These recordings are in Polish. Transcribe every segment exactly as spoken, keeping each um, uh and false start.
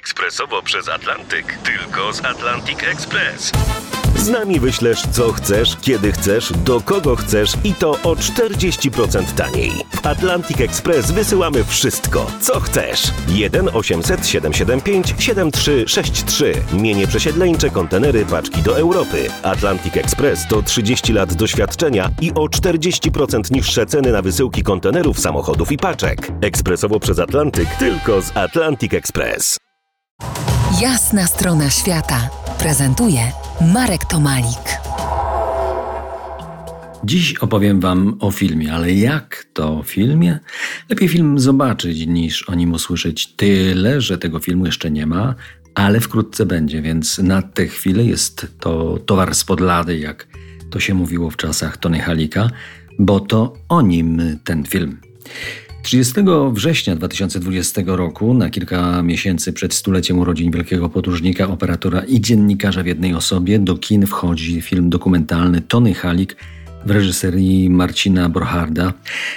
Ekspresowo przez Atlantyk. Tylko z Atlantic Express. Z nami wyślesz co chcesz, kiedy chcesz, do kogo chcesz i to o czterdzieści procent taniej. W Atlantic Express wysyłamy wszystko, co chcesz. jeden osiemset siedemset siedemdziesiąt pięć siedemdziesiąt trzy sześćdziesiąt trzy. Mienie przesiedleńcze, kontenery, paczki do Europy. Atlantic Express to trzydzieści lat doświadczenia i o czterdzieści procent niższe ceny na wysyłki kontenerów, samochodów i paczek. Ekspresowo przez Atlantyk, tylko z Atlantic Express. Jasna strona świata prezentuje Marek Tomalik. Dziś opowiem wam o filmie, ale jak to o filmie? Lepiej film zobaczyć niż o nim usłyszeć. Tyle, że tego filmu jeszcze nie ma, ale wkrótce będzie, więc na tę chwilę jest to towar spod lady, jak to się mówiło w czasach Tony Hallicka, bo to o nim ten film. trzydziestego września dwa tysiące dwudziestego roku, na kilka miesięcy przed stuleciem urodzin wielkiego podróżnika, operatora i dziennikarza w jednej osobie, do kin wchodzi film dokumentalny Tony Halleck w reżyserii Marcina Borcharda.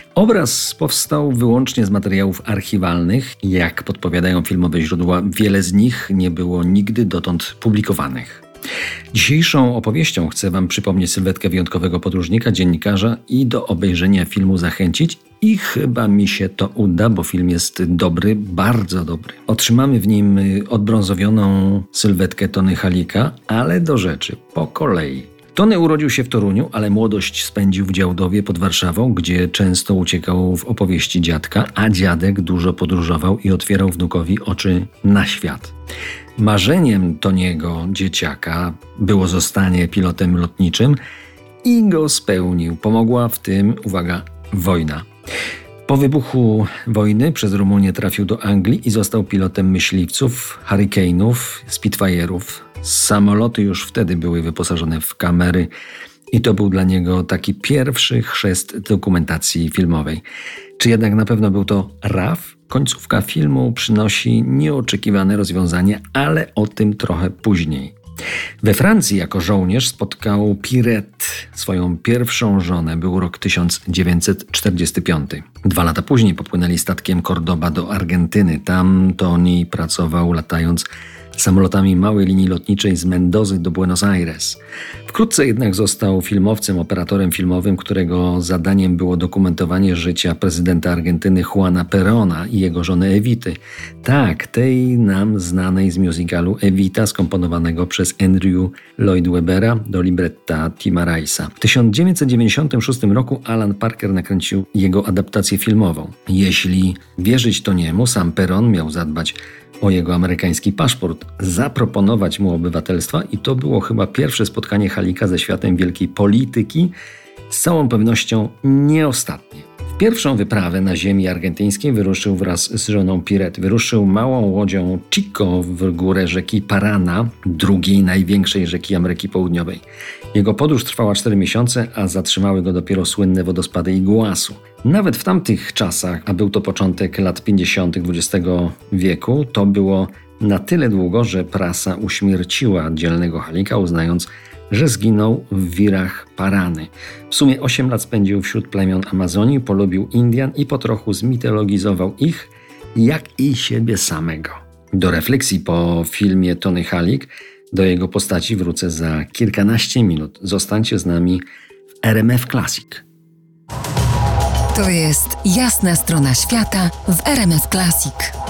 Obraz powstał wyłącznie z materiałów archiwalnych. Jak podpowiadają filmowe źródła, wiele z nich nie było nigdy dotąd publikowanych. Dzisiejszą opowieścią chcę wam przypomnieć sylwetkę wyjątkowego podróżnika, dziennikarza i do obejrzenia filmu zachęcić. I chyba mi się to uda, bo film jest dobry, bardzo dobry. Otrzymamy w nim odbrązowioną sylwetkę Tony Hallecka, ale do rzeczy, po kolei. Tony urodził się w Toruniu, ale młodość spędził w Działdowie pod Warszawą, gdzie często uciekał w opowieści dziadka, a dziadek dużo podróżował i otwierał wnukowi oczy na świat. Marzeniem Toniego, dzieciaka, było zostanie pilotem lotniczym i go spełnił. Pomogła w tym, uwaga, wojna. Po wybuchu wojny przez Rumunię trafił do Anglii i został pilotem myśliwców, Hurricane'ów, Spitfire'ów. Samoloty już wtedy były wyposażone w kamery i to był dla niego taki pierwszy chrzest dokumentacji filmowej. Czy jednak na pewno był to R A F? Końcówka filmu przynosi nieoczekiwane rozwiązanie, ale o tym trochę później. We Francji jako żołnierz spotkał Pirette, swoją pierwszą żonę. Był rok tysiąc dziewięćset czterdziesty piąty. Dwa lata później popłynęli statkiem Cordoba do Argentyny. Tam Tony pracował latając samolotami małej linii lotniczej z Mendozy do Buenos Aires. Wkrótce jednak został filmowcem, operatorem filmowym, którego zadaniem było dokumentowanie życia prezydenta Argentyny Juana Perona i jego żony Evity. Tak, tej nam znanej z musicalu Evita, skomponowanego przez Andrew Lloyd Webbera do libretta Tima Rice'a. W tysiąc dziewięćset dziewięćdziesiątym szóstym roku Alan Parker nakręcił jego adaptację filmową. Jeśli wierzyć Toniemu, sam Peron miał zadbać o jego amerykański paszport, zaproponować mu obywatelstwa i to było chyba pierwsze spotkanie Hallecka ze światem wielkiej polityki, z całą pewnością nie ostatnie. W pierwszą wyprawę na ziemi argentyńskiej wyruszył wraz z żoną Pirette. Wyruszył małą łodzią Chico w górę rzeki Parana, drugiej największej rzeki Ameryki Południowej. Jego podróż trwała cztery miesiące, a zatrzymały go dopiero słynne wodospady Iguazu. Nawet w tamtych czasach, a był to początek lat pięćdziesiątych dwudziestego wieku, to było na tyle długo, że prasa uśmierciła dzielnego Hallecka, uznając, że zginął w wirach Parany. W sumie osiem lat spędził wśród plemion Amazonii, polubił Indian i po trochu zmitologizował ich, jak i siebie samego. Do refleksji po filmie Tony Halleck, do jego postaci wrócę za kilkanaście minut. Zostańcie z nami w R M F Classic. To jest Jasna strona świata w R M F Classic.